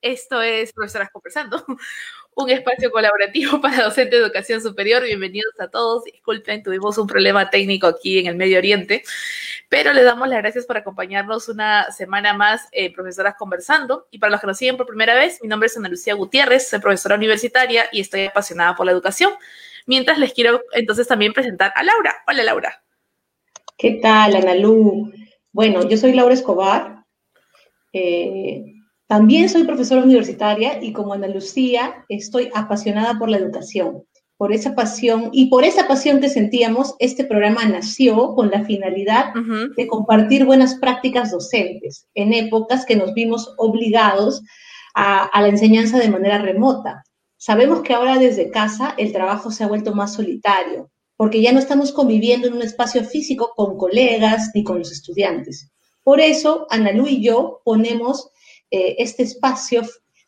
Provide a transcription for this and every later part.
Esto es Profesoras Conversando, un espacio colaborativo para docentes de educación superior. Bienvenidos a todos. Disculpen, tuvimos un problema técnico aquí en el Medio Oriente, pero les damos las gracias por acompañarnos una semana más en Profesoras Conversando. Y para los que nos siguen por primera vez, mi nombre es Ana Lucía Gutiérrez, soy profesora universitaria y estoy apasionada por la educación. Mientras les quiero entonces también presentar a Laura. Hola, Laura. ¿Qué tal, Ana Lu? Bueno, yo soy Laura Escobar. También soy profesora universitaria y como Ana Lucía estoy apasionada por la educación. Por esa pasión que sentíamos, este programa nació con la finalidad de compartir buenas prácticas docentes en épocas que nos vimos obligados a la enseñanza de manera remota. Sabemos que ahora desde casa el trabajo se ha vuelto más solitario, porque ya no estamos conviviendo en un espacio físico con colegas ni con los estudiantes. Por eso, Ana Lu y yo ponemos este espacio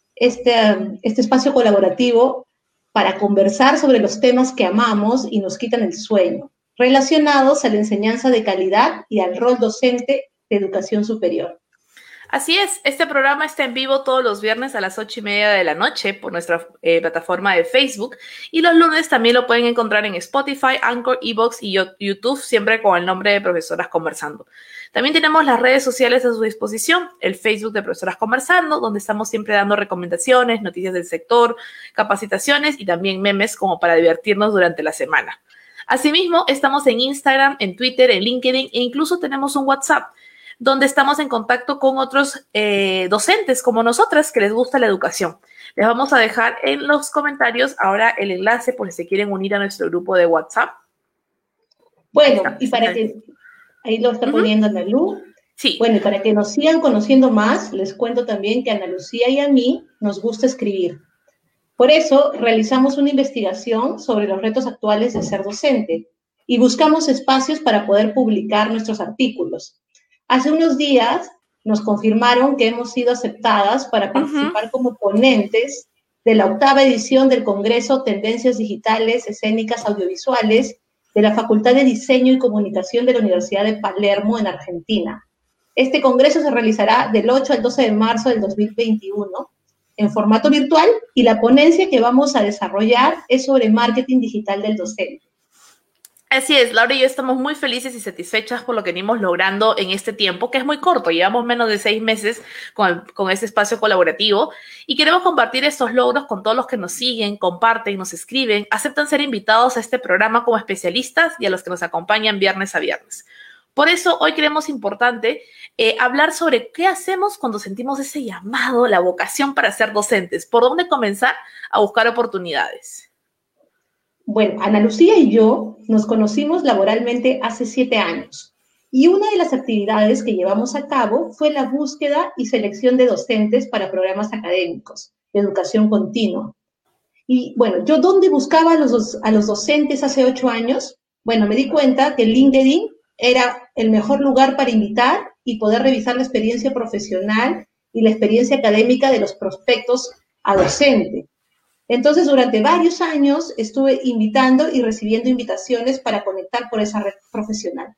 colaborativo para conversar sobre los temas que amamos y nos quitan el sueño, relacionados a la enseñanza de calidad y al rol docente de educación superior. Así es, este programa está en vivo todos los viernes a las 8:30 de la noche por nuestra plataforma de Facebook, y los lunes también lo pueden encontrar en Spotify, Anchor, iVoox y YouTube, siempre con el nombre de Profesoras Conversando. También tenemos las redes sociales a su disposición, el Facebook de Profesoras Conversando, donde estamos siempre dando recomendaciones, noticias del sector, capacitaciones y también memes como para divertirnos durante la semana. Asimismo, estamos en Instagram, en Twitter, en LinkedIn e incluso tenemos un WhatsApp, donde estamos en contacto con otros docentes como nosotras que les gusta la educación. Les vamos a dejar en los comentarios ahora el enlace por si se quieren unir a nuestro grupo de WhatsApp. Bueno, y para que... Ahí lo está poniendo Ana Lu. Sí. Bueno, y para que nos sigan conociendo más, les cuento también que a Ana Lucía y a mí nos gusta escribir. Por eso realizamos una investigación sobre los retos actuales de ser docente y buscamos espacios para poder publicar nuestros artículos. Hace unos días nos confirmaron que hemos sido aceptadas para participar como ponentes de la 8ª edición del Congreso Tendencias Digitales, Escénicas, Audiovisuales de la Facultad de Diseño y Comunicación de la Universidad de Palermo en Argentina. Este congreso se realizará del 8 al 12 de marzo del 2021 en formato virtual y la ponencia que vamos a desarrollar es sobre marketing digital del docente. Así es, Laura y yo estamos muy felices y satisfechas por lo que venimos logrando en este tiempo, que es muy corto. Llevamos menos de 6 meses con este espacio colaborativo y queremos compartir estos logros con todos los que nos siguen, comparten, nos escriben, aceptan ser invitados a este programa como especialistas y a los que nos acompañan viernes a viernes. Por eso hoy creemos importante hablar sobre qué hacemos cuando sentimos ese llamado, la vocación para ser docentes, por dónde comenzar a buscar oportunidades. Bueno, Ana Lucía y yo nos conocimos laboralmente hace 7 años y una de las actividades que llevamos a cabo fue la búsqueda y selección de docentes para programas académicos de educación continua. Y bueno, ¿yo dónde buscaba a los docentes hace 8 años? Bueno, me di cuenta que LinkedIn era el mejor lugar para invitar y poder revisar la experiencia profesional y la experiencia académica de los prospectos a docente. Entonces, durante varios años estuve invitando y recibiendo invitaciones para conectar por esa red profesional.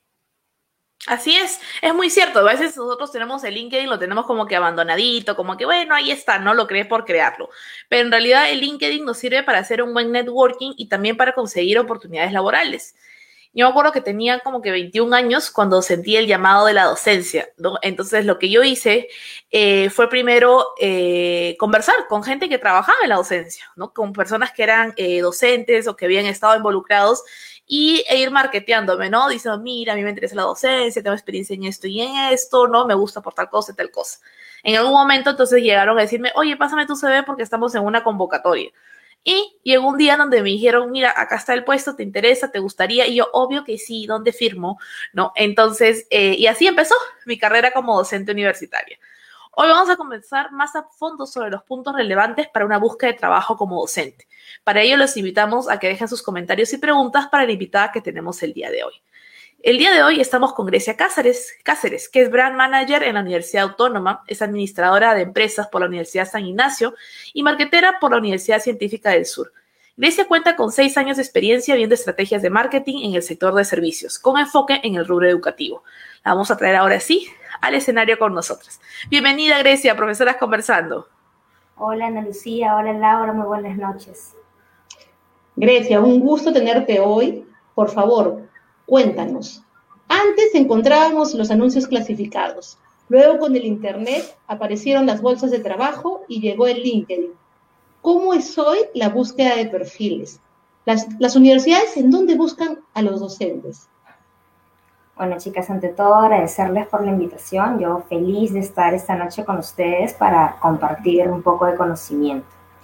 Así es muy cierto. A veces nosotros tenemos el LinkedIn, lo tenemos como que abandonadito, como que bueno, ahí está, no lo creé por crearlo. Pero en realidad el LinkedIn nos sirve para hacer un buen networking y también para conseguir oportunidades laborales. Yo me acuerdo que tenía como que 21 años cuando sentí el llamado de la docencia, ¿no? Entonces lo que yo hice fue primero conversar con gente que trabajaba en la docencia, ¿no? Con personas que eran docentes o que habían estado involucrados e ir marketeándome, ¿no? Diciendo, mira, a mí me interesa la docencia, tengo experiencia en esto y en esto, ¿no? Me gusta por tal cosa y tal cosa. En algún momento entonces llegaron a decirme, oye, pásame tu CV porque estamos en una convocatoria. Y llegó un día donde me dijeron, mira, acá está el puesto, ¿te interesa? ¿Te gustaría? Y yo, obvio que sí, ¿dónde firmo? ¿No? Entonces, y así empezó mi carrera como docente universitaria. Hoy vamos a conversar más a fondo sobre los puntos relevantes para una búsqueda de trabajo como docente. Para ello, los invitamos a que dejen sus comentarios y preguntas para la invitada que tenemos el día de hoy. El día de hoy estamos con Grecia Cáceres, que es Brand Manager en la Universidad Autónoma, es administradora de empresas por la Universidad San Ignacio y marketera por la Universidad Científica del Sur. Grecia cuenta con 6 años de experiencia viendo estrategias de marketing en el sector de servicios, con enfoque en el rubro educativo. La vamos a traer ahora sí al escenario con nosotras. Bienvenida, Grecia, Profesoras Conversando. Hola Ana Lucía, hola Laura, muy buenas noches. Grecia, un gusto tenerte hoy. Por favor, cuéntanos. Antes encontrábamos los anuncios clasificados. Luego con el Internet aparecieron las bolsas de trabajo y llegó el LinkedIn. ¿Cómo es hoy la búsqueda de perfiles? Las universidades, ¿en dónde buscan a los docentes? Bueno, chicas, ante todo agradecerles por la invitación. Yo feliz de estar esta noche con ustedes para compartir un poco de conocimiento.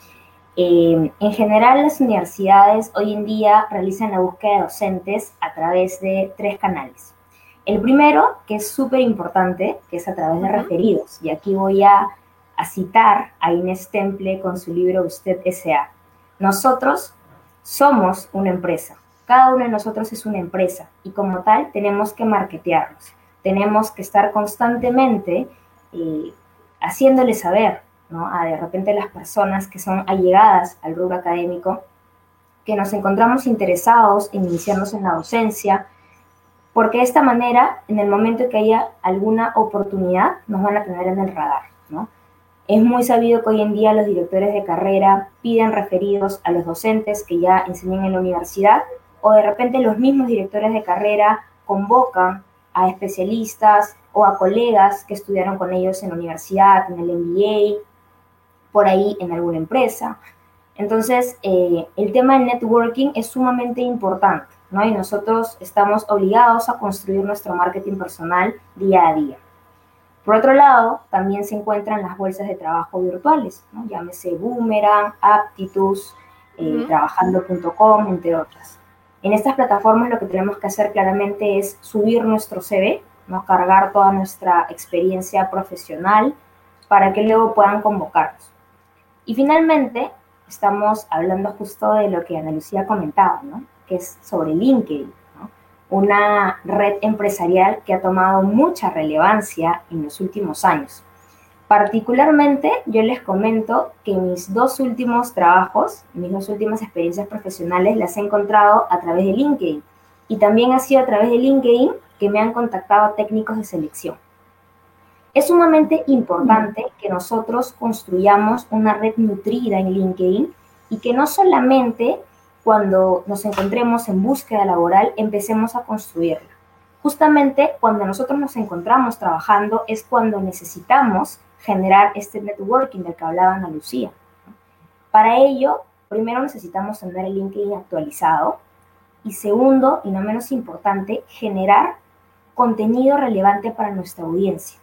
En general, las universidades hoy en día realizan la búsqueda de docentes a través de 3 canales. El primero, que es súper importante, que es a través de referidos. Y aquí voy a citar a Inés Temple con su libro Usted S.A. Nosotros somos una empresa. Cada uno de nosotros es una empresa y como tal tenemos que marketearnos. Tenemos que estar constantemente haciéndole saber, ¿no?, a de repente las personas que son allegadas al rubro académico, que nos encontramos interesados en iniciarnos en la docencia, porque de esta manera, en el momento que haya alguna oportunidad, nos van a tener en el radar, ¿no? Es muy sabido que hoy en día los directores de carrera piden referidos a los docentes que ya enseñan en la universidad, o de repente los mismos directores de carrera convocan a especialistas o a colegas que estudiaron con ellos en la universidad, en el MBA, por ahí en alguna empresa. Entonces, el tema del networking es sumamente importante, ¿no? Y nosotros estamos obligados a construir nuestro marketing personal día a día. Por otro lado, también se encuentran las bolsas de trabajo virtuales, ¿no? Llámese Boomerang, Aptitus, trabajando.com, entre otras. En estas plataformas lo que tenemos que hacer claramente es subir nuestro CV, ¿no?, cargar toda nuestra experiencia profesional para que luego puedan convocarnos. Y finalmente, estamos hablando justo de lo que Ana Lucía comentaba, ¿no?, que es sobre LinkedIn, ¿no?, una red empresarial que ha tomado mucha relevancia en los últimos años. Particularmente, yo les comento que mis 2 últimos trabajos, mis 2 últimas experiencias profesionales las he encontrado a través de LinkedIn. Y también ha sido a través de LinkedIn que me han contactado técnicos de selección. Es sumamente importante que nosotros construyamos una red nutrida en LinkedIn y que no solamente cuando nos encontremos en búsqueda laboral empecemos a construirla. Justamente cuando nosotros nos encontramos trabajando es cuando necesitamos generar este networking del que hablaba Ana Lucía. Para ello, primero necesitamos tener el LinkedIn actualizado y segundo, y no menos importante, generar contenido relevante para nuestra audiencia.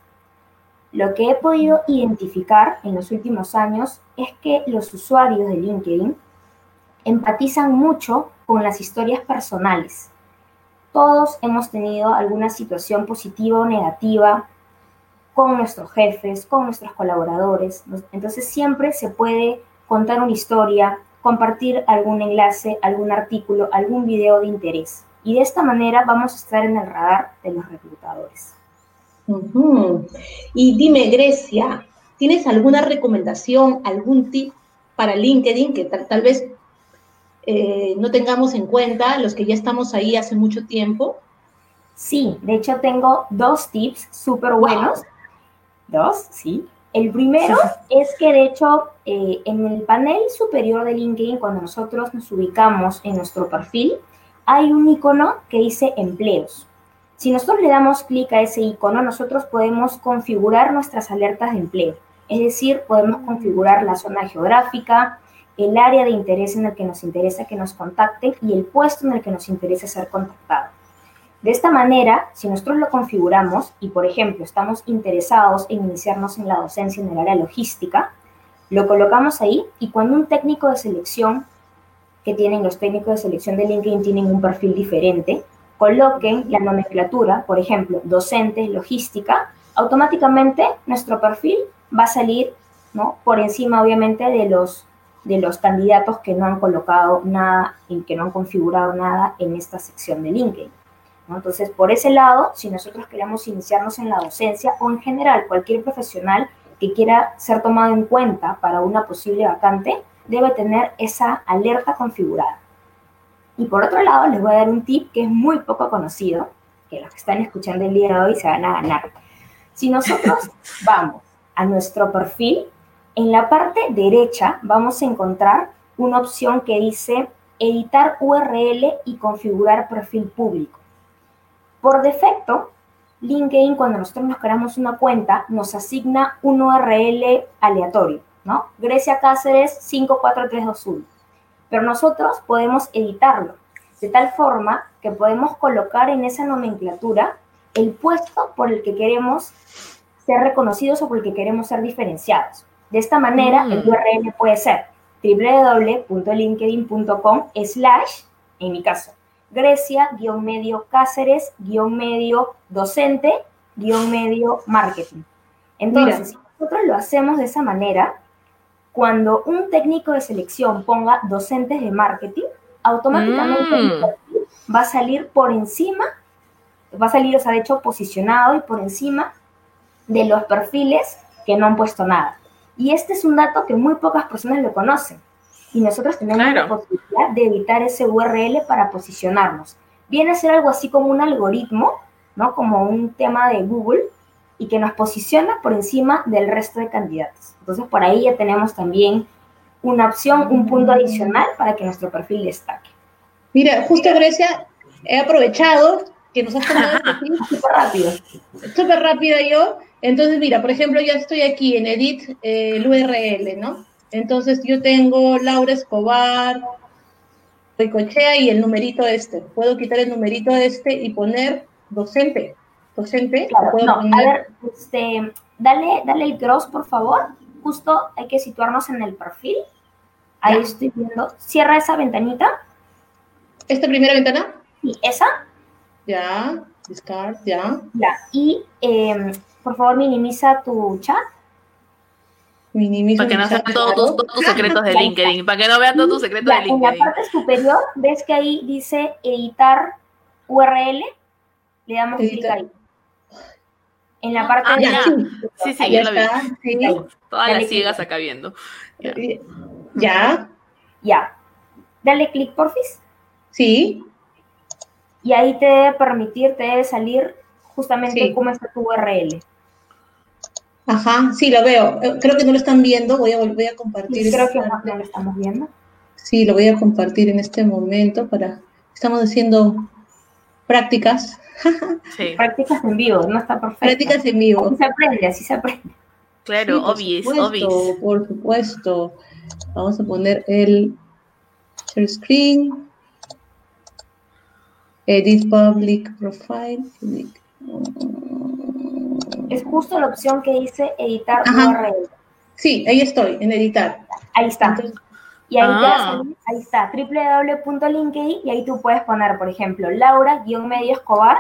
Lo que he podido identificar en los últimos años es que los usuarios de LinkedIn empatizan mucho con las historias personales. Todos hemos tenido alguna situación positiva o negativa con nuestros jefes, con nuestros colaboradores. Entonces siempre se puede contar una historia, compartir algún enlace, algún artículo, algún video de interés. Y de esta manera vamos a estar en el radar de los reclutadores. Y dime, Grecia, ¿tienes alguna recomendación, algún tip para LinkedIn que tal vez no tengamos en cuenta los que ya estamos ahí hace mucho tiempo? Sí, de hecho tengo 2 tips súper buenos. Wow. 2, sí. El primero es que de hecho en el panel superior de LinkedIn, cuando nosotros nos ubicamos en nuestro perfil, hay un icono que dice empleos. Si nosotros le damos clic a ese icono, nosotros podemos configurar nuestras alertas de empleo. Es decir, podemos configurar la zona geográfica, el área de interés en el que nos interesa que nos contacten y el puesto en el que nos interesa ser contactados. De esta manera, si nosotros lo configuramos y, por ejemplo, estamos interesados en iniciarnos en la docencia en el área logística, lo colocamos ahí y cuando un técnico de selección, que tienen los técnicos de selección de LinkedIn, tienen un perfil diferente, coloquen la nomenclatura, por ejemplo, docente, logística, automáticamente nuestro perfil va a salir, ¿no?, por encima, obviamente, de los candidatos que no han colocado nada y que no han configurado nada en esta sección de LinkedIn, ¿no? Entonces, por ese lado, si nosotros queremos iniciarnos en la docencia o en general cualquier profesional que quiera ser tomado en cuenta para una posible vacante, debe tener esa alerta configurada. Y por otro lado, les voy a dar un tip que es muy poco conocido, que los que están escuchando el día de hoy se van a ganar. Si nosotros vamos a nuestro perfil, En la parte derecha vamos a encontrar una opción que dice editar URL y configurar perfil público. Por defecto, LinkedIn, cuando nosotros nos creamos una cuenta, nos asigna un URL aleatorio, ¿no? Grecia Cáceres 54321. Pero nosotros podemos editarlo, de tal forma que podemos colocar en esa nomenclatura el puesto por el que queremos ser reconocidos o por el que queremos ser diferenciados. De esta manera, el URL puede ser www.linkedin.com/ en mi caso, Grecia-Cáceres-docente-marketing. Entonces, si nosotros lo hacemos de esa manera, cuando un técnico de selección ponga docentes de marketing, automáticamente el perfil va a salir por encima, va a salir, o sea, de hecho, posicionado y por encima de los perfiles que no han puesto nada. Y este es un dato que muy pocas personas lo conocen. Y nosotros tenemos la posibilidad de editar ese URL para posicionarnos. Viene a ser algo así como un algoritmo, ¿no? Como un tema de Google, y que nos posiciona por encima del resto de candidatos. Entonces, por ahí ya tenemos también una opción, un punto adicional para que nuestro perfil destaque. Mira, justo Grecia, he aprovechado que nos has tomado súper rápido. Súper rápida yo. Entonces, mira, por ejemplo, ya estoy aquí en Edit el URL, ¿no? Entonces, yo tengo Laura Escobar, Cochea y el numerito este. Puedo quitar el numerito este y poner docente. ¿Docente? Claro, no, poner... A ver, dale el cross, por favor. Justo hay que situarnos en el perfil. Ahí estoy viendo. Cierra esa ventanita. ¿Esta primera ventana? Sí, esa. Ya, discard, ya. Ya, y por favor minimiza tu chat. Minimiza para que no sean todos tus secretos de LinkedIn, para que no vean todos tus secretos de LinkedIn. En la parte superior, ves que ahí dice editar URL, le damos clic ahí. En la parte de sí, yo lo vi. Sí. Todas las ciegas acá viendo. Ya. Dale clic, porfis. Sí. Y ahí te debe permitir, te debe salir justamente cómo está tu URL. Ajá, sí, lo veo. Creo que no lo están viendo. Voy a compartir. Sí, creo que no lo estamos viendo. Sí, lo voy a compartir en este momento estamos haciendo prácticas. Sí. Prácticas en vivo, no está perfecto. Prácticas en vivo. Así se aprende. Claro, sí, por supuesto. Vamos a poner el share screen. Edit public profile. Es justo la opción que dice editar URL. Sí, ahí estoy, en editar. Ahí está. Entonces, y ahí te va a salir, ahí está, www.linkedin, y ahí tú puedes poner, por ejemplo, Laura-Escobar,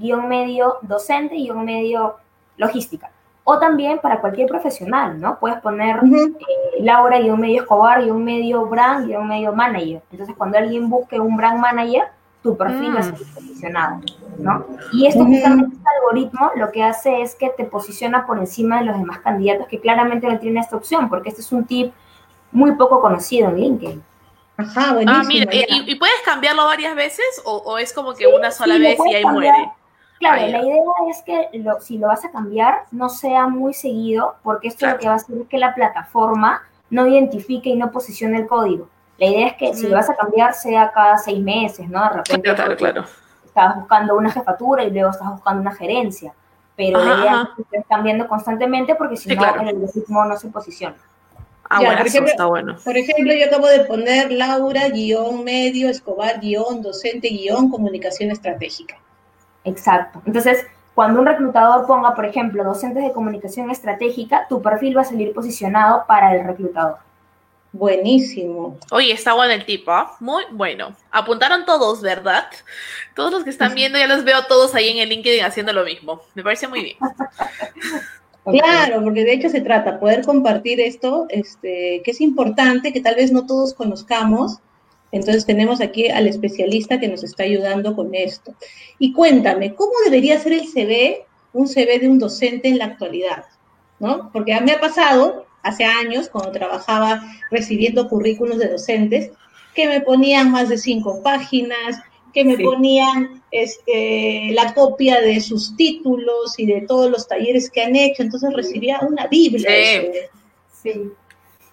_logística. O también para cualquier profesional, ¿no? Puedes poner Laura-Escobar, _brand, _manager. Entonces, cuando alguien busque un brand manager, tu perfil va a ser posicionado, ¿no? Y esto justamente, este algoritmo, lo que hace es que te posiciona por encima de los demás candidatos que claramente no tienen esta opción, porque este es un tip muy poco conocido en LinkedIn. Ajá, buenísimo. Mira, ¿y puedes cambiarlo varias veces o es como que una sola vez y ahí muere? Claro, la idea es que si lo vas a cambiar, no sea muy seguido, porque esto lo que va a hacer es que la plataforma no identifique y no posicione el código. La idea es que si lo vas a cambiar sea cada 6 meses, ¿no? De repente claro. Estás buscando una jefatura y luego estás buscando una gerencia, pero la idea es que estés cambiando constantemente porque si no, el algoritmo no se posiciona. Bueno, eso está bueno. Por ejemplo, yo acabo de poner Laura-medio, Escobar-docente-comunicación estratégica. Exacto. Entonces, cuando un reclutador ponga, por ejemplo, docentes de comunicación estratégica, tu perfil va a salir posicionado para el reclutador. Buenísimo. Oye, está bueno el tip, ¿ah? Muy bueno. Apuntaron todos, ¿verdad? Todos los que están viendo, ya los veo todos ahí en el LinkedIn haciendo lo mismo. Me parece muy bien. Claro, porque de hecho se trata poder compartir esto, que es importante, que tal vez no todos conozcamos. Entonces tenemos aquí al especialista que nos está ayudando con esto. Y cuéntame, ¿cómo debería ser el CV, un CV de un docente en la actualidad? ¿No? Porque a mí me ha pasado hace años, cuando trabajaba recibiendo currículos de docentes, que me ponían más de 5 páginas, que me ponían la copia de sus títulos y de todos los talleres que han hecho, entonces recibía una biblia. Sí.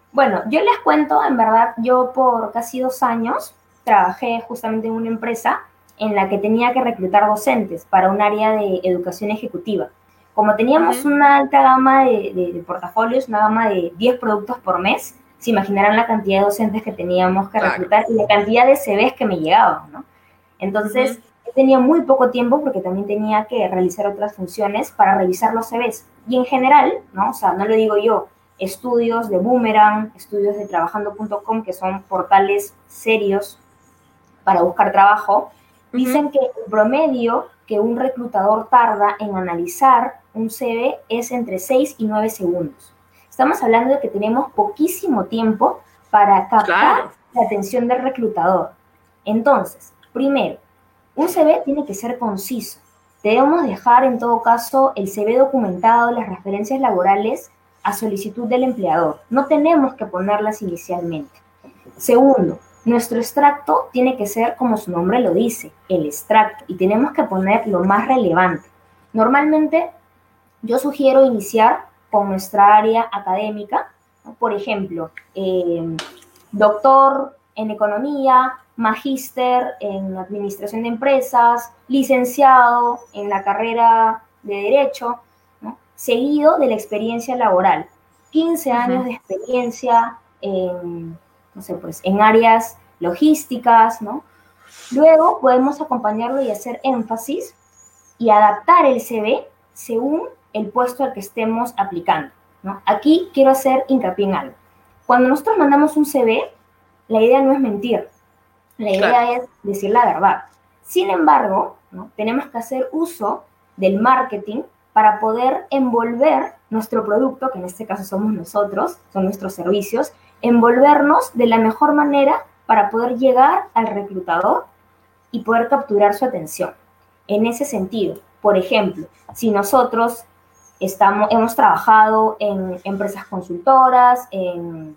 Bueno, yo les cuento, en verdad, yo por casi 2 años trabajé justamente en una empresa en la que tenía que reclutar docentes para un área de educación ejecutiva. Como teníamos una alta gama de portafolios, una gama de 10 productos por mes, se imaginarán la cantidad de docentes que teníamos que reclutar y la cantidad de CVs que me llegaban, ¿no? Entonces, tenía muy poco tiempo porque también tenía que realizar otras funciones para revisar los CVs. Y en general, ¿no? O sea, no lo digo yo, estudios de Boomerang, estudios de trabajando.com, que son portales serios para buscar trabajo, dicen que el promedio que un reclutador tarda en analizar un CV es entre 6 y 9 segundos. Estamos hablando de que tenemos poquísimo tiempo para captar la atención del reclutador. Entonces, primero, un CV tiene que ser conciso. Debemos dejar, en todo caso, el CV documentado, las referencias laborales, a solicitud del empleador. No tenemos que ponerlas inicialmente. Segundo, nuestro extracto tiene que ser, como su nombre lo dice, el extracto, y tenemos que poner lo más relevante. Normalmente, yo sugiero iniciar con nuestra área académica, ¿no? Por ejemplo, doctor en economía, magíster en administración de empresas, licenciado en la carrera de derecho, ¿no? Seguido de la experiencia laboral. 15 años de experiencia en, no sé, pues, en áreas logísticas, ¿no? Luego podemos acompañarlo y hacer énfasis y adaptar el CV según el puesto al que estemos aplicando, ¿no? Aquí quiero hacer hincapié en algo. Cuando nosotros mandamos un CV, la idea no es mentir, la idea es decir la verdad. Sin embargo, ¿no? Tenemos que hacer uso del marketing para poder envolver nuestro producto, que en este caso somos nosotros, son nuestros servicios, envolvernos de la mejor manera para poder llegar al reclutador y poder capturar su atención. En ese sentido, por ejemplo, si nosotros hemos trabajado en empresas consultoras, en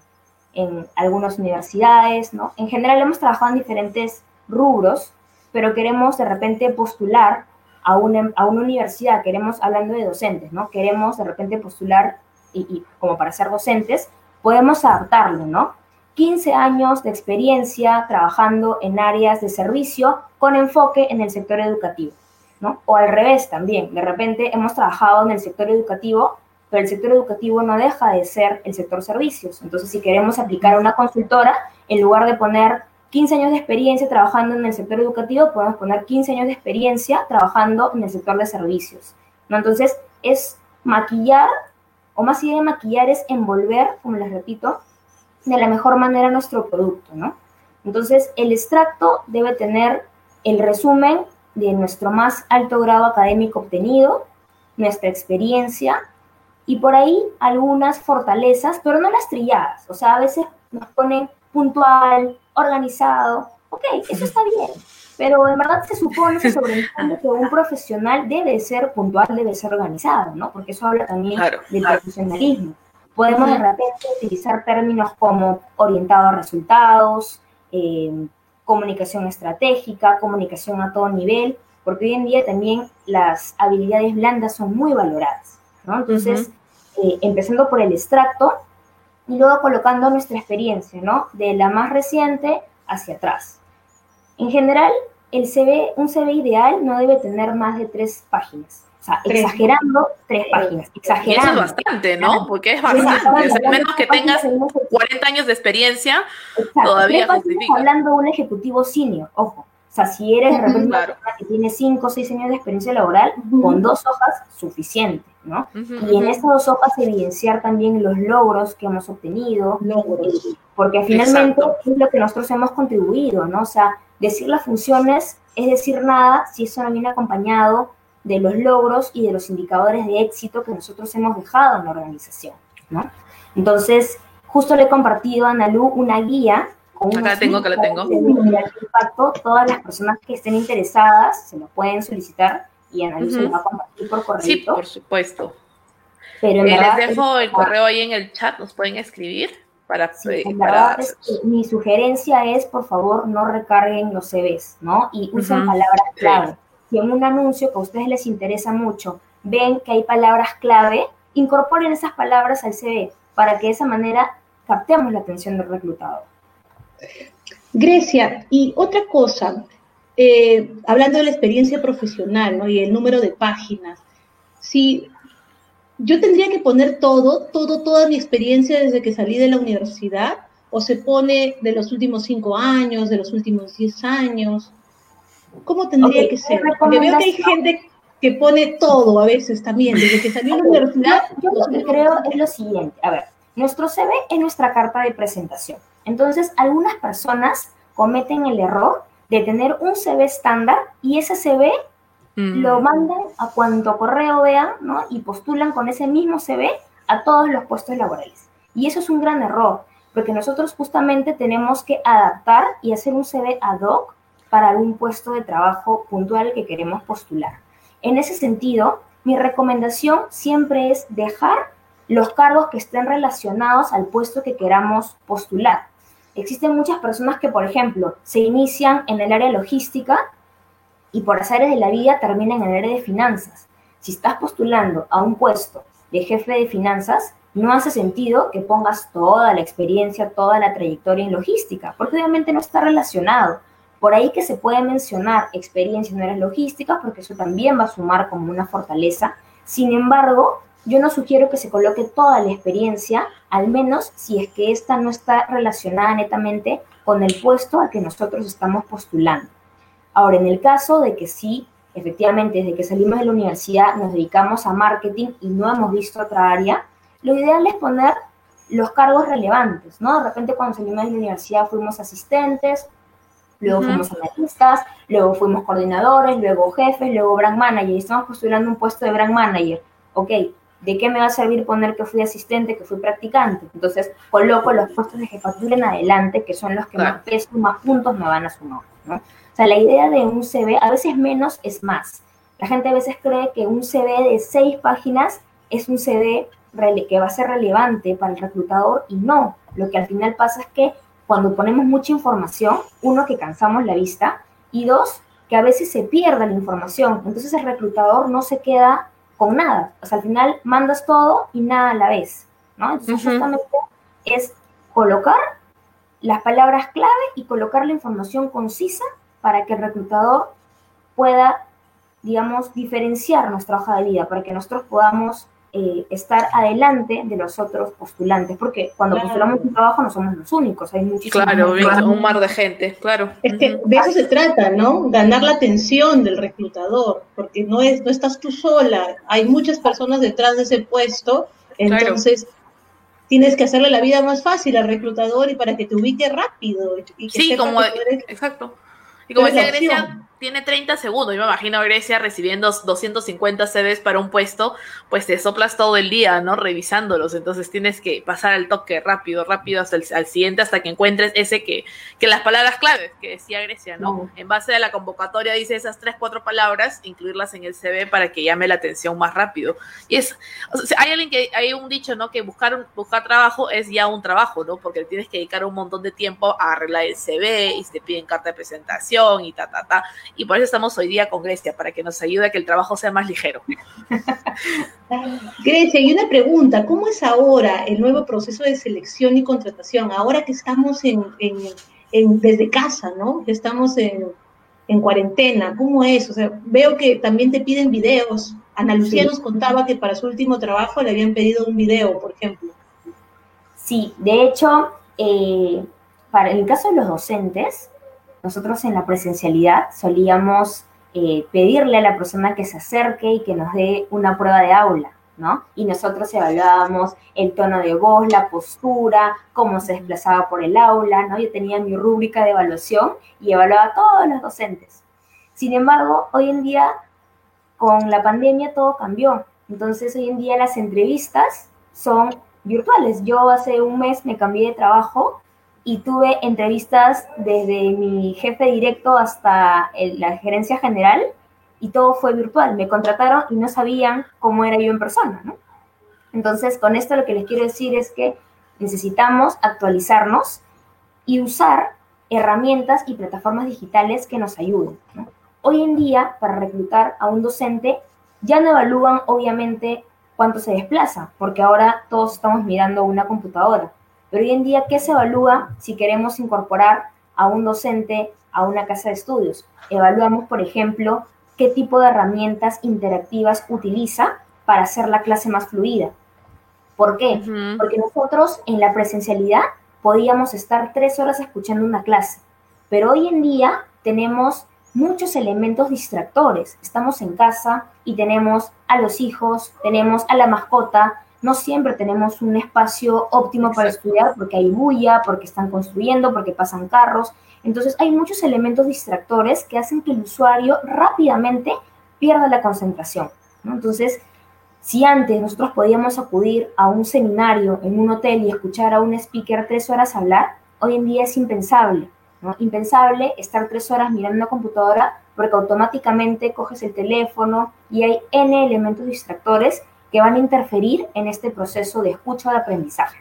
algunas universidades, ¿no? En general hemos trabajado en diferentes rubros, pero queremos de repente postular a una universidad, hablando de docentes, ¿no? Queremos de repente postular y como para ser docentes, podemos adaptarlo, ¿no? 15 años de experiencia trabajando en áreas de servicio con enfoque en el sector educativo, ¿no? O al revés también, de repente hemos trabajado en el sector educativo, pero el sector educativo no deja de ser el sector servicios. Entonces, si queremos aplicar a una consultora, en lugar de poner 15 años de experiencia trabajando en el sector educativo, podemos poner 15 años de experiencia trabajando en el sector de servicios, ¿no? Entonces, es maquillar, o más allá de maquillar, es envolver, como les repito, de la mejor manera nuestro producto, ¿no? Entonces, el extracto debe tener el resumen de nuestro más alto grado académico obtenido, nuestra experiencia, y por ahí algunas fortalezas, pero no las trilladas. O sea, a veces nos ponen puntual, organizado. Ok, eso está bien. Pero en verdad se supone, se sobreentiende que un profesional debe ser puntual, debe ser organizado, ¿no? Porque eso habla también del profesionalismo. Podemos de repente utilizar términos como orientado a resultados, comunicación estratégica, comunicación a todo nivel, porque hoy en día también las habilidades blandas son muy valoradas, ¿no? Entonces, empezando por el extracto y luego colocando nuestra experiencia, ¿no? De la más reciente hacia atrás. En general, un CV ideal no debe tener más de 3 páginas. O sea, exagerando, 3 páginas. Exagerando. Y eso es bastante, ¿no? Porque es bastante. A menos que tengas 40 años de experiencia, todavía justifica. Estamos hablando de un ejecutivo senior, ojo. O sea, si eres de repente una persona que tiene 5 o 6 años de experiencia laboral, con 2 hojas, suficiente, ¿no? Y en estas 2 hojas evidenciar también los logros que hemos obtenido, porque finalmente es lo que nosotros hemos contribuido, ¿no? O sea, decir las funciones es decir nada si eso no viene acompañado de los logros y de los indicadores de éxito que nosotros hemos dejado en la organización, ¿no? Entonces, justo le he compartido a Analu una guía. Acá la tengo. Impacto. Todas las personas que estén interesadas se lo pueden solicitar y Analu se lo va a compartir por correo. Sí, por supuesto. Pero les dejo el correo ahí en el chat, nos pueden escribir. Mi sugerencia es, por favor, no recarguen los CVs, ¿no? Y usen palabras clave. Si en un anuncio que a ustedes les interesa mucho ven que hay palabras clave, incorporen esas palabras al CV para que de esa manera captemos la atención del reclutador. Grecia, y otra cosa, hablando de la experiencia profesional, ¿no? Y el número de páginas, si yo tendría que poner toda mi experiencia desde que salí de la universidad, o se pone de los últimos 5 años, de los últimos 10 años, ¿cómo tendría que ser? Porque veo que hay gente que pone todo a veces también, desde que salió de la universidad. Yo lo que creo es lo siguiente, a ver, nuestro CV es nuestra carta de presentación. Entonces, algunas personas cometen el error de tener un CV estándar y ese CV lo mandan a cuanto correo vean, ¿no? Y postulan con ese mismo CV a todos los puestos laborales. Y eso es un gran error, porque nosotros justamente tenemos que adaptar y hacer un CV ad hoc para algún puesto de trabajo puntual que queremos postular. En ese sentido, mi recomendación siempre es dejar los cargos que estén relacionados al puesto que queramos postular. Existen muchas personas que, por ejemplo, se inician en el área logística y por azares de la vida terminan en el área de finanzas. Si estás postulando a un puesto de jefe de finanzas, no hace sentido que pongas toda la experiencia, toda la trayectoria en logística, porque obviamente no está relacionado. Por ahí que se puede mencionar experiencia en áreas logísticas, porque eso también va a sumar como una fortaleza. Sin embargo, yo no sugiero que se coloque toda la experiencia, al menos si es que esta no está relacionada netamente con el puesto al que nosotros estamos postulando. Ahora, en el caso de que sí, efectivamente, desde que salimos de la universidad nos dedicamos a marketing y no hemos visto otra área, lo ideal es poner los cargos relevantes, ¿no? De repente cuando salimos de la universidad fuimos asistentes, luego fuimos analistas, luego fuimos coordinadores, luego jefes, luego brand manager, y estamos postulando un puesto de brand manager. Ok, ¿de qué me va a servir poner que fui asistente, que fui practicante? Entonces coloco los puestos de jefatura en adelante, que son los que más peso, más puntos me van a sumar, ¿no? O sea, la idea de un CV, a veces menos es más. La gente a veces cree que un CV de 6 páginas es un CV que va a ser relevante para el reclutador, y no. Lo que al final pasa es que cuando ponemos mucha información, uno, que cansamos la vista, y dos, que a veces se pierde la información. Entonces el reclutador no se queda con nada. O sea, al final mandas todo y nada a la vez, ¿no? Entonces justamente es colocar las palabras clave y colocar la información concisa para que el reclutador pueda, digamos, diferenciar nuestra hoja de vida, para que nosotros podamos estar adelante de los otros postulantes, porque cuando postulamos un trabajo no somos los únicos, hay muchísimos. Claro, un mar de gente, claro. Es que de eso se trata, ¿no? Ganar la atención del reclutador, porque no estás tú sola, hay muchas personas detrás de ese puesto, entonces tienes que hacerle la vida más fácil al reclutador y para que te ubique rápido. Y que sí, como exacto. Y como decía Grecia, tiene 30 segundos. Yo me imagino a Grecia recibiendo 250 CVs para un puesto, pues te soplas todo el día, ¿no? Revisándolos. Entonces tienes que pasar al toque rápido hasta al siguiente, hasta que encuentres ese que las palabras claves que decía Grecia, ¿no? En base a la convocatoria dice esas 3, 4 palabras, incluirlas en el CV para que llame la atención más rápido. Y hay un dicho, ¿no? Que buscar trabajo es ya un trabajo, ¿no? Porque tienes que dedicar un montón de tiempo a arreglar el CV y te piden carta de presentación y y por eso estamos hoy día con Grecia, para que nos ayude a que el trabajo sea más ligero. Grecia, y una pregunta, ¿cómo es ahora el nuevo proceso de selección y contratación? Ahora que estamos desde casa, ¿no? Que estamos en cuarentena, ¿cómo es? O sea, veo que también te piden videos. Ana Lucía nos contaba que para su último trabajo le habían pedido un video, por ejemplo. Sí, de hecho, para el caso de los docentes, nosotros en la presencialidad solíamos pedirle a la persona que se acerque y que nos dé una prueba de aula, ¿no? Y nosotros evaluábamos el tono de voz, la postura, cómo se desplazaba por el aula, ¿no? Yo tenía mi rúbrica de evaluación y evaluaba a todos los docentes. Sin embargo, hoy en día, con la pandemia, todo cambió. Entonces, hoy en día las entrevistas son virtuales. Yo hace un mes me cambié de trabajo y tuve entrevistas desde mi jefe directo hasta la gerencia general, y todo fue virtual. Me contrataron y no sabían cómo era yo en persona, ¿no? Entonces, con esto lo que les quiero decir es que necesitamos actualizarnos y usar herramientas y plataformas digitales que nos ayuden, ¿no? Hoy en día, para reclutar a un docente, ya no evalúan, obviamente, cuánto se desplaza, porque ahora todos estamos mirando una computadora. Pero hoy en día, ¿qué se evalúa si queremos incorporar a un docente a una casa de estudios? Evaluamos, por ejemplo, qué tipo de herramientas interactivas utiliza para hacer la clase más fluida. ¿Por qué? Ujú. Porque nosotros en la presencialidad podíamos estar 3 horas escuchando una clase, pero hoy en día tenemos muchos elementos distractores. Estamos en casa y tenemos a los hijos, tenemos a la mascota, no siempre tenemos un espacio óptimo para Exacto. estudiar porque hay bulla, porque están construyendo, porque pasan carros. Entonces hay muchos elementos distractores que hacen que el usuario rápidamente pierda la concentración, ¿no? Entonces, si antes nosotros podíamos acudir a un seminario en un hotel y escuchar a un speaker 3 horas hablar, hoy en día es impensable, ¿no? Impensable estar 3 horas mirando una computadora porque automáticamente coges el teléfono y hay N elementos distractores que van a interferir en este proceso de escucha o de aprendizaje.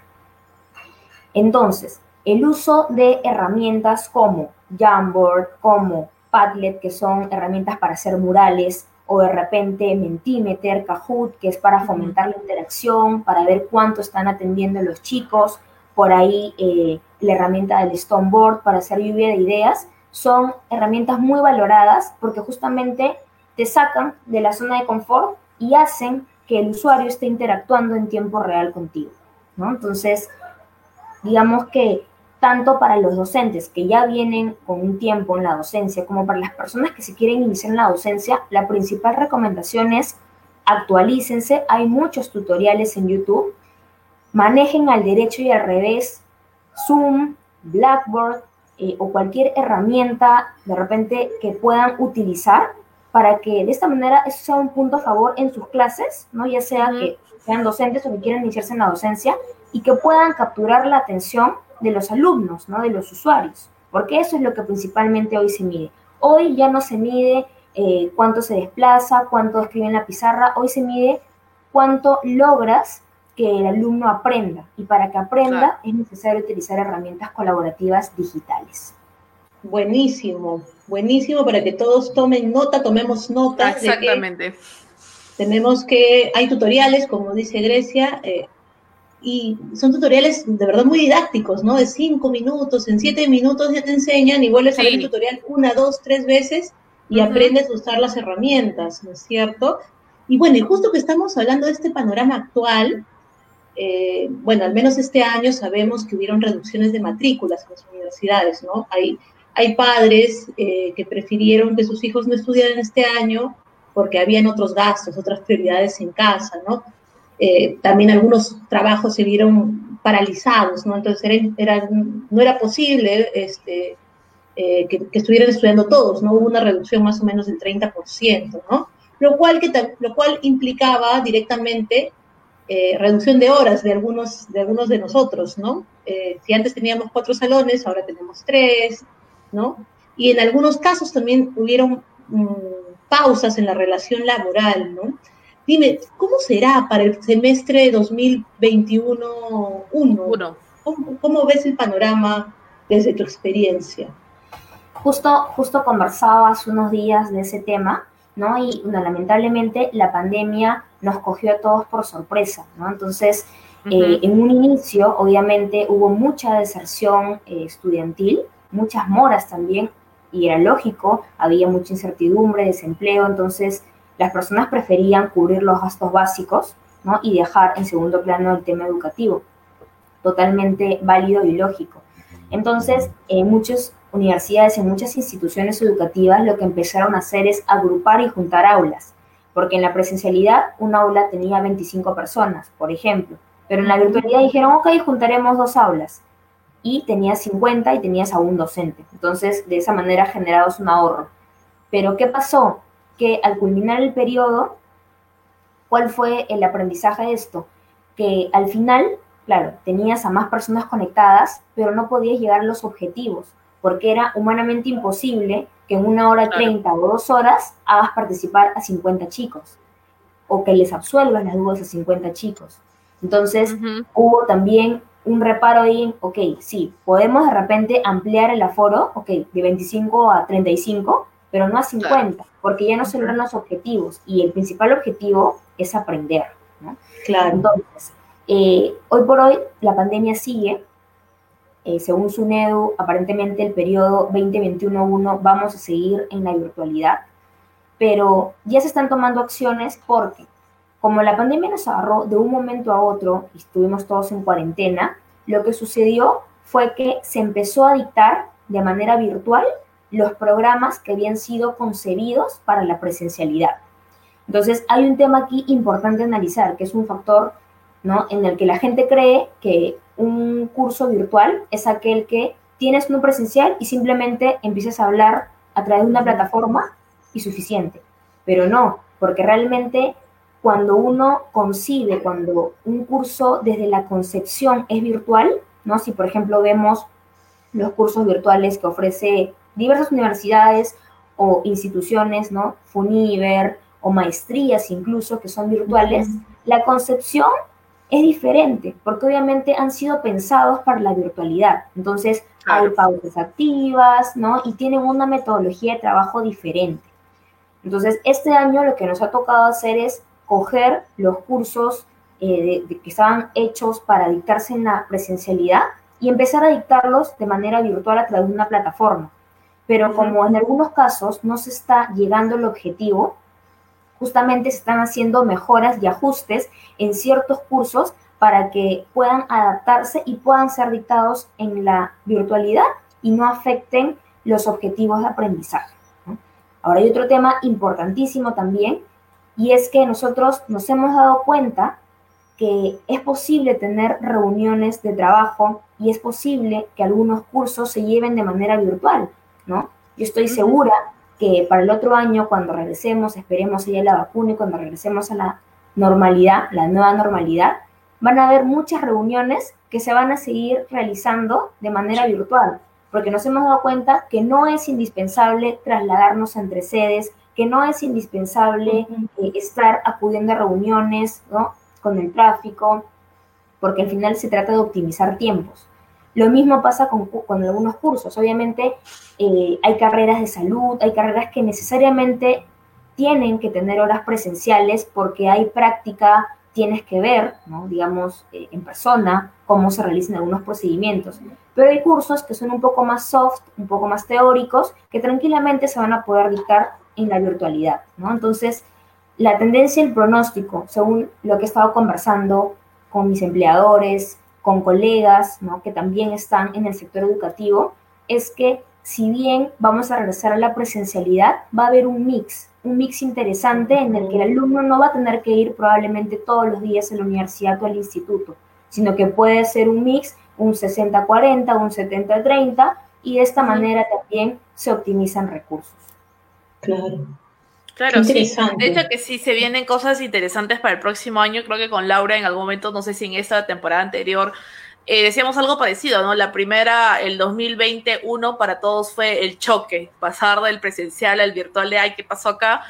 Entonces, el uso de herramientas como Jamboard, como Padlet, que son herramientas para hacer murales, o de repente Mentimeter, Kahoot, que es para fomentar la interacción, para ver cuánto están atendiendo los chicos, por ahí la herramienta del Stoneboard para hacer lluvia de ideas, son herramientas muy valoradas porque justamente te sacan de la zona de confort y hacen que el usuario esté interactuando en tiempo real contigo, ¿no? Entonces, digamos que tanto para los docentes que ya vienen con un tiempo en la docencia, como para las personas que se quieren iniciar en la docencia, la principal recomendación es actualícense, hay muchos tutoriales en YouTube, manejen al derecho y al revés Zoom, Blackboard o cualquier herramienta de repente que puedan utilizar para que de esta manera eso sea un punto a favor en sus clases, ¿no? Ya sea que sean docentes o que quieran iniciarse en la docencia y que puedan capturar la atención de los alumnos, ¿no? De los usuarios, porque eso es lo que principalmente hoy se mide. Hoy ya no se mide cuánto se desplaza, cuánto escribe en la pizarra, hoy se mide cuánto logras que el alumno aprenda, y para que aprenda es necesario utilizar herramientas colaborativas digitales. Buenísimo, buenísimo para que todos tomen nota, tomemos nota. Exactamente. De que hay tutoriales, como dice Grecia, y son tutoriales de verdad muy didácticos, ¿no? De 5 minutos, en 7 minutos ya te enseñan y vuelves a ver el tutorial 1, 2, 3 veces y aprendes a usar las herramientas, ¿no es cierto? Y bueno, y justo que estamos hablando de este panorama actual, bueno, al menos este año sabemos que hubieron reducciones de matrículas en las universidades, ¿no? Hay padres que prefirieron que sus hijos no estudiaran este año porque habían otros gastos, otras prioridades en casa, ¿no? También algunos trabajos se vieron paralizados, ¿no? Entonces no era posible que estuvieran estudiando todos, ¿no? Hubo una reducción más o menos del 30%, ¿no? Lo cual implicaba directamente reducción de horas de algunos de nosotros, ¿no? Si antes teníamos 4 salones, ahora tenemos 3, ¿no? Y en algunos casos también hubieron pausas en la relación laboral, ¿no? Dime, ¿cómo será para el semestre 2021-1? ¿Cómo ves el panorama desde tu experiencia? Justo conversaba hace unos días de ese tema, ¿no? Y bueno, lamentablemente la pandemia nos cogió a todos por sorpresa, ¿no? Entonces, en un inicio, obviamente, hubo mucha deserción estudiantil, muchas moras también, y era lógico, había mucha incertidumbre, desempleo, entonces las personas preferían cubrir los gastos básicos, ¿no? Y dejar en segundo plano el tema educativo, totalmente válido y lógico. Entonces, en muchas universidades, en muchas instituciones educativas, lo que empezaron a hacer es agrupar y juntar aulas, porque en la presencialidad un aula tenía 25 personas, por ejemplo, pero en la virtualidad dijeron, ok, juntaremos 2 aulas, y tenías 50 y tenías a un docente. Entonces, de esa manera generabas un ahorro. Pero, ¿qué pasó? Que al culminar el periodo, ¿cuál fue el aprendizaje de esto? Que al final, claro, tenías a más personas conectadas, pero no podías llegar a los objetivos, porque era humanamente imposible que en 1 hora 30 o 2 horas hagas participar a 50 chicos, o que les absuelvas las dudas a 50 chicos. Entonces, hubo también un reparo ahí en, ok, sí, podemos de repente ampliar el aforo, ok, de 25 a 35, pero no a 50, porque ya no se logran los objetivos, y el principal objetivo es aprender, ¿no? Claro. Entonces, hoy por hoy la pandemia sigue, según SUNEDU, aparentemente el periodo 2021-1 vamos a seguir en la virtualidad, pero ya se están tomando acciones porque como la pandemia nos agarró de un momento a otro y estuvimos todos en cuarentena, lo que sucedió fue que se empezó a dictar de manera virtual los programas que habían sido concebidos para la presencialidad. Entonces, hay un tema aquí importante analizar, que es un factor, ¿no?, en el que la gente cree que un curso virtual es aquel que tienes uno presencial y simplemente empiezas a hablar a través de una plataforma y suficiente. Pero no, porque realmente cuando uno concibe, cuando un curso desde la concepción es virtual, ¿no? Si por ejemplo vemos los cursos virtuales que ofrece diversas universidades o instituciones, ¿no? Funiver o maestrías incluso que son virtuales, la concepción es diferente, porque obviamente han sido pensados para la virtualidad. Entonces, hay pausas activas, ¿no? Y tienen una metodología de trabajo diferente. Entonces, este año lo que nos ha tocado hacer es coger los cursos que estaban hechos para dictarse en la presencialidad y empezar a dictarlos de manera virtual a través de una plataforma. Pero como en algunos casos no se está llegando al objetivo, justamente se están haciendo mejoras y ajustes en ciertos cursos para que puedan adaptarse y puedan ser dictados en la virtualidad y no afecten los objetivos de aprendizaje, ¿no? Ahora hay otro tema importantísimo también, y es que nosotros nos hemos dado cuenta que es posible tener reuniones de trabajo y es posible que algunos cursos se lleven de manera virtual, ¿no? Yo estoy segura que para el otro año, cuando regresemos, esperemos haya la vacuna y cuando regresemos a la normalidad, la nueva normalidad, van a haber muchas reuniones que se van a seguir realizando de manera virtual, porque nos hemos dado cuenta que no es indispensable trasladarnos entre sedes, que no es indispensable estar acudiendo a reuniones, ¿no?, con el tráfico, porque al final se trata de optimizar tiempos. Lo mismo pasa con algunos cursos. Obviamente hay carreras de salud, hay carreras que necesariamente tienen que tener horas presenciales porque hay práctica, tienes que ver, ¿no?, digamos, en persona, cómo se realizan algunos procedimientos. Pero hay cursos que son un poco más soft, un poco más teóricos, que tranquilamente se van a poder dictar en la virtualidad, ¿no? Entonces, la tendencia y el pronóstico, según lo que he estado conversando con mis empleadores, con colegas, ¿no?, que también están en el sector educativo, es que si bien vamos a regresar a la presencialidad, va a haber un mix interesante en el que el alumno no va a tener que ir probablemente todos los días a la universidad o al instituto, sino que puede ser un mix, un 60-40, un 70-30, y de esta manera también se optimizan recursos. Claro. Claro, sí. De hecho que sí se vienen cosas interesantes para el próximo año. Creo que con Laura en algún momento, no sé si en esta temporada anterior, decíamos algo parecido, ¿no? La primera, el 2021 para todos fue el choque, pasar del presencial al virtual de, ay, ¿qué pasó acá?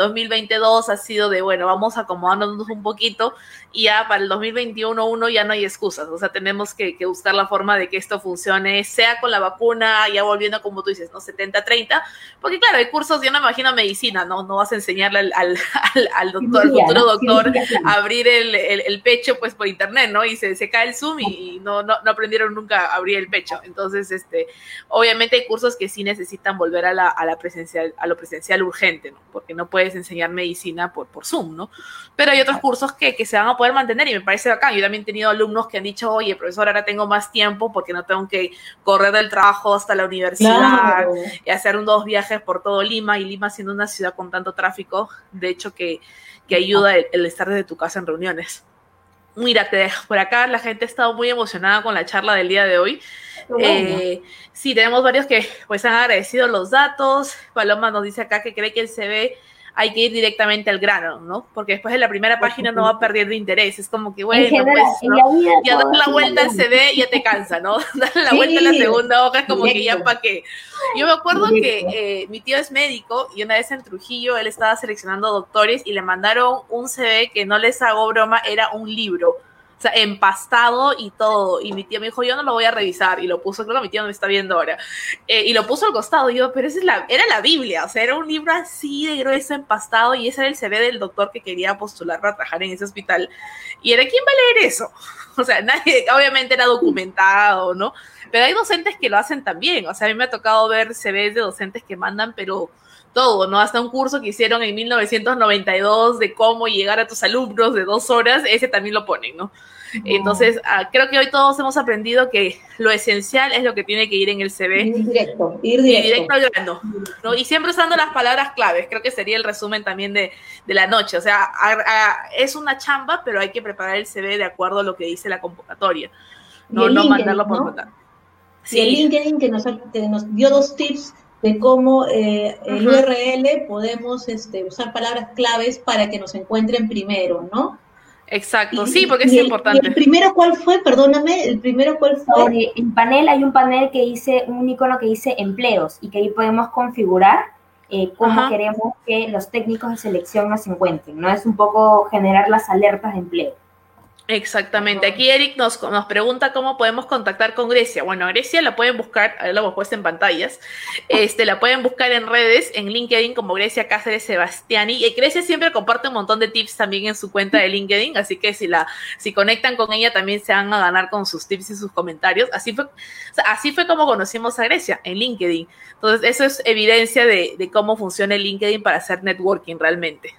2022 ha sido de, bueno, vamos acomodándonos un poquito y ya para el 2021 ya no hay excusas, o sea, tenemos que buscar la forma de que esto funcione, sea con la vacuna, ya volviendo como tú dices, ¿no? 70-30, porque claro, hay cursos, yo no me imagino medicina, ¿no? No vas a enseñarle al doctor, al futuro doctor, a abrir el pecho pues por internet, ¿no? Y se cae el Zoom y no aprendieron nunca a abrir el pecho. Entonces, obviamente hay cursos que sí necesitan volver a lo presencial urgente, ¿no? Porque no puedes enseñar medicina por Zoom, ¿no? Pero hay otros cursos que se van a poder mantener y me parece bacán. Yo también he tenido alumnos que han dicho, oye, profesor, ahora tengo más tiempo porque no tengo que correr del trabajo hasta la universidad y hacer 2 viajes por todo Lima, y Lima siendo una ciudad con tanto tráfico, de hecho que ayuda el estar desde tu casa en reuniones. Mira, te dejo por acá, la gente ha estado muy emocionada con la charla del día de hoy. Sí, tenemos varios que pues han agradecido los datos. Paloma nos dice acá que cree que el CV hay que ir directamente al grano, ¿no? Porque después de la primera página no va a perder de interés. Es como que, bueno, general, pues, ¿no? Ya dar la vuelta al CV ya te cansa, ¿no? Darle la vuelta a la segunda hoja es como que ya para qué. Yo me acuerdo que mi tío es médico y una vez en Trujillo él estaba seleccionando doctores y le mandaron un CV que, no les hago broma, era un libro. O sea, empastado y todo. Y mi tío me dijo, yo no lo voy a revisar. Y lo puso, creo que mi tío no me está viendo ahora. Y lo puso al costado. Y yo, pero era la Biblia. O sea, era un libro así de grueso, empastado. Y ese era el CV del doctor que quería postular para trabajar en ese hospital. Y era, ¿quién va a leer eso? O sea, nadie, obviamente era documentado, ¿no? pero hay docentes que lo hacen también. O sea, a mí me ha tocado ver CVs de docentes que mandan, pero todo, ¿no? Hasta un curso que hicieron en 1992 de cómo llegar a tus alumnos de 2 horas, ese también lo ponen, ¿no? Entonces, creo que hoy todos hemos aprendido que lo esencial es lo que tiene que ir en el CV. Ir directo. Y directo al grano, ¿no? Y siempre usando las palabras claves, creo que sería el resumen también de la noche. O sea, es una chamba, pero hay que preparar el CV de acuerdo a lo que dice la convocatoria. No mandarlo por votar. Sí. Y el LinkedIn que nos dio 2 tips de cómo el URL podemos usar palabras claves para que nos encuentren primero, ¿no? Exacto, sí, porque es importante. ¿Y el primero cuál fue? Perdóname, ¿el primero cuál fue? En panel hay un panel que dice, un icono que dice empleos, y que ahí podemos configurar cómo queremos que los técnicos de selección nos encuentren, ¿no? Es un poco generar las alertas de empleo. Exactamente. Aquí Eric nos pregunta cómo podemos contactar con Grecia. Bueno, Grecia la pueden buscar, ahí lo hemos puesto en pantallas, la pueden buscar en redes, en LinkedIn como Grecia Cáceres Sebastiani, y Grecia siempre comparte un montón de tips también en su cuenta de LinkedIn, así que si conectan con ella también se van a ganar con sus tips y sus comentarios. Así fue como conocimos a Grecia, en LinkedIn. Entonces eso es evidencia de cómo funciona el LinkedIn para hacer networking realmente.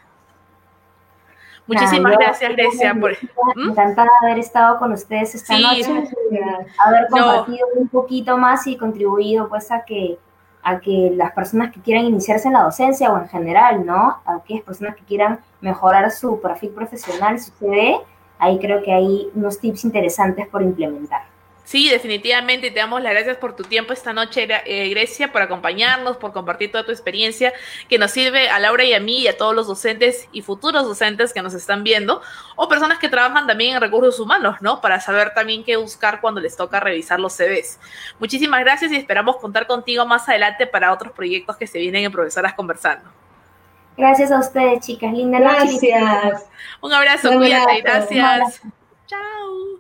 Muchísimas gracias, Grecia. Encantada de haber estado con ustedes esta noche, haber compartido un poquito más y contribuido pues a que las personas que quieran iniciarse en la docencia o en general, ¿no? A aquellas personas que quieran mejorar su perfil profesional, su CV, ahí creo que hay unos tips interesantes por implementar. Sí, definitivamente, te damos las gracias por tu tiempo esta noche, Grecia, por acompañarnos, por compartir toda tu experiencia, que nos sirve a Laura y a mí y a todos los docentes y futuros docentes que nos están viendo, o personas que trabajan también en recursos humanos, ¿no? Para saber también qué buscar cuando les toca revisar los CVs. Muchísimas gracias y esperamos contar contigo más adelante para otros proyectos que se vienen en Profesoras Conversando. Gracias a ustedes, chicas. Linda noche. Gracias. Un abrazo, cuídate. Gracias. Chao.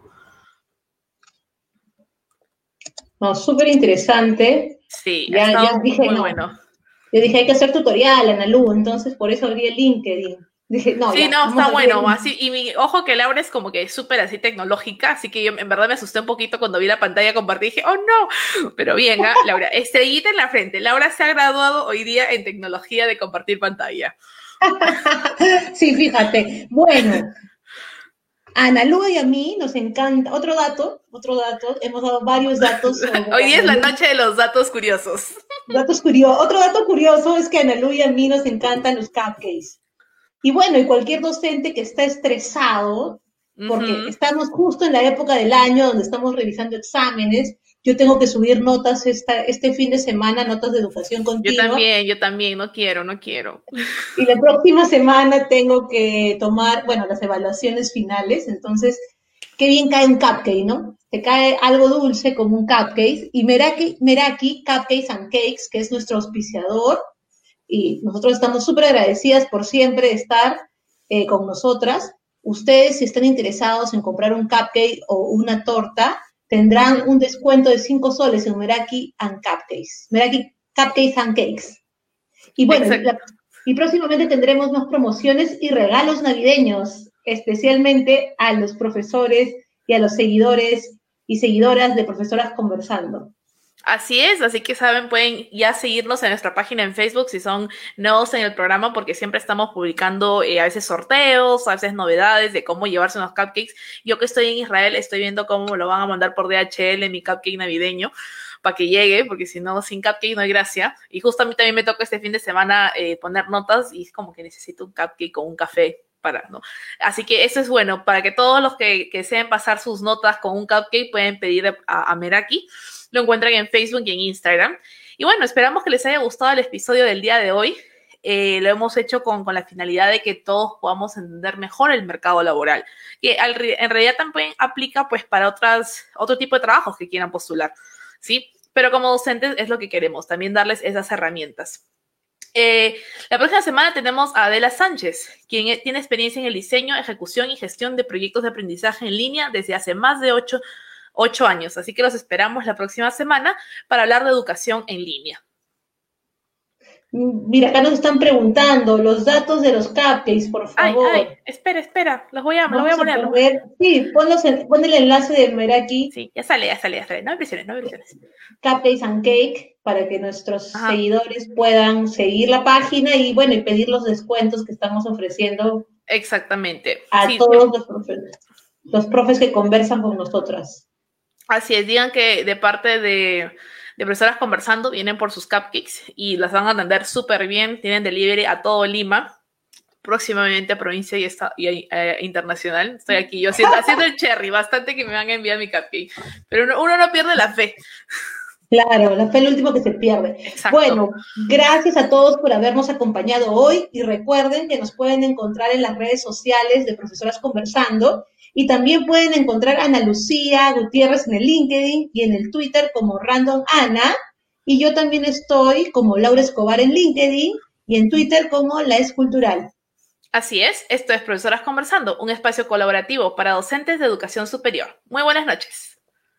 No, súper interesante. Sí, ya dije, muy bueno. Yo dije, hay que hacer tutorial, Analu, entonces por eso abrí el LinkedIn. Dije, no, sí, ya, no, está bueno. Así, y ojo que Laura es como que súper así tecnológica, así que yo en verdad me asusté un poquito cuando vi la pantalla compartida y dije, oh no, pero bien, Laura, estrellita en la frente. Laura se ha graduado hoy día en tecnología de compartir pantalla. Sí, fíjate. Bueno, a Analu y a mí nos encanta. Otro dato, hemos dado varios datos. Hoy día es la noche de los datos curiosos. Otro dato curioso es que a Analu y a mí nos encantan los cupcakes. Y bueno, y cualquier docente que está estresado, porque estamos justo en la época del año donde estamos revisando exámenes, yo tengo que subir notas este fin de semana, notas de educación continua. Yo también, no quiero. Y la próxima semana tengo que tomar, las evaluaciones finales, entonces, qué bien cae un cupcake, ¿no? Te cae algo dulce como un cupcake, y Meraki Cupcakes and Cakes, que es nuestro auspiciador, y nosotros estamos súper agradecidas por siempre estar con nosotras. Ustedes, si están interesados en comprar un cupcake o una torta, tendrán un descuento de 5 soles en Meraki and Cupcakes. Meraki Cupcakes and Cakes. Y bueno, y próximamente tendremos más promociones y regalos navideños, especialmente a los profesores y a los seguidores y seguidoras de Profesoras Conversando. Así es, así que saben, pueden ya seguirnos en nuestra página en Facebook si son nuevos en el programa, porque siempre estamos publicando a veces sorteos, a veces novedades de cómo llevarse unos cupcakes. Yo que estoy en Israel estoy viendo cómo me lo van a mandar por DHL, mi cupcake navideño, para que llegue, porque si no, sin cupcake no hay gracia. Y justo a mí también me toca este fin de semana poner notas y es como que necesito un cupcake con un café. ¿no? Así que eso es bueno, para que todos los que deseen pasar sus notas con un cupcake pueden pedir a Meraki. Lo encuentran en Facebook y en Instagram. Y bueno, esperamos que les haya gustado el episodio del día de hoy. Lo hemos hecho con la finalidad de que todos podamos entender mejor el mercado laboral, que en realidad también aplica pues para otro tipo de trabajos que quieran postular, ¿sí? Pero como docentes es lo que queremos, también darles esas herramientas. La próxima semana tenemos a Adela Sánchez, quien tiene experiencia en el diseño, ejecución y gestión de proyectos de aprendizaje en línea desde hace más de 8 años. Así que los esperamos la próxima semana para hablar de educación en línea. Mira, acá nos están preguntando los datos de los cupcakes, por Ay, favor. ay, espera, lo voy a Vamos a poner. poner, sí, pon el enlace de Meraki, Sí, ya sale. No me presiones, no me presiones. Cupcakes and Cake, para que nuestros Ajá, seguidores puedan seguir la página y, bueno, y pedir los descuentos que estamos ofreciendo exactamente. a Sí, todos los profes que conversan con nosotras. así es, digan que de parte de Profesoras Conversando vienen por sus cupcakes y las van a atender súper bien. Tienen delivery a todo Lima, próximamente a provincia y internacional. Estoy aquí yo haciendo el cherry, bastante que me van a enviar mi cupcake. Pero uno no pierde la fe. Claro, la fe es lo último que se pierde. Exacto. Bueno, gracias a todos por habernos acompañado hoy y recuerden que nos pueden encontrar en las redes sociales de Profesoras Conversando y también pueden encontrar a Ana Lucía Gutiérrez en el LinkedIn y en el Twitter como Random Ana y yo también estoy como Laura Escobar en LinkedIn y en Twitter como La Escultural. Así es, esto es Profesoras Conversando, un espacio colaborativo para docentes de educación superior. Muy buenas noches.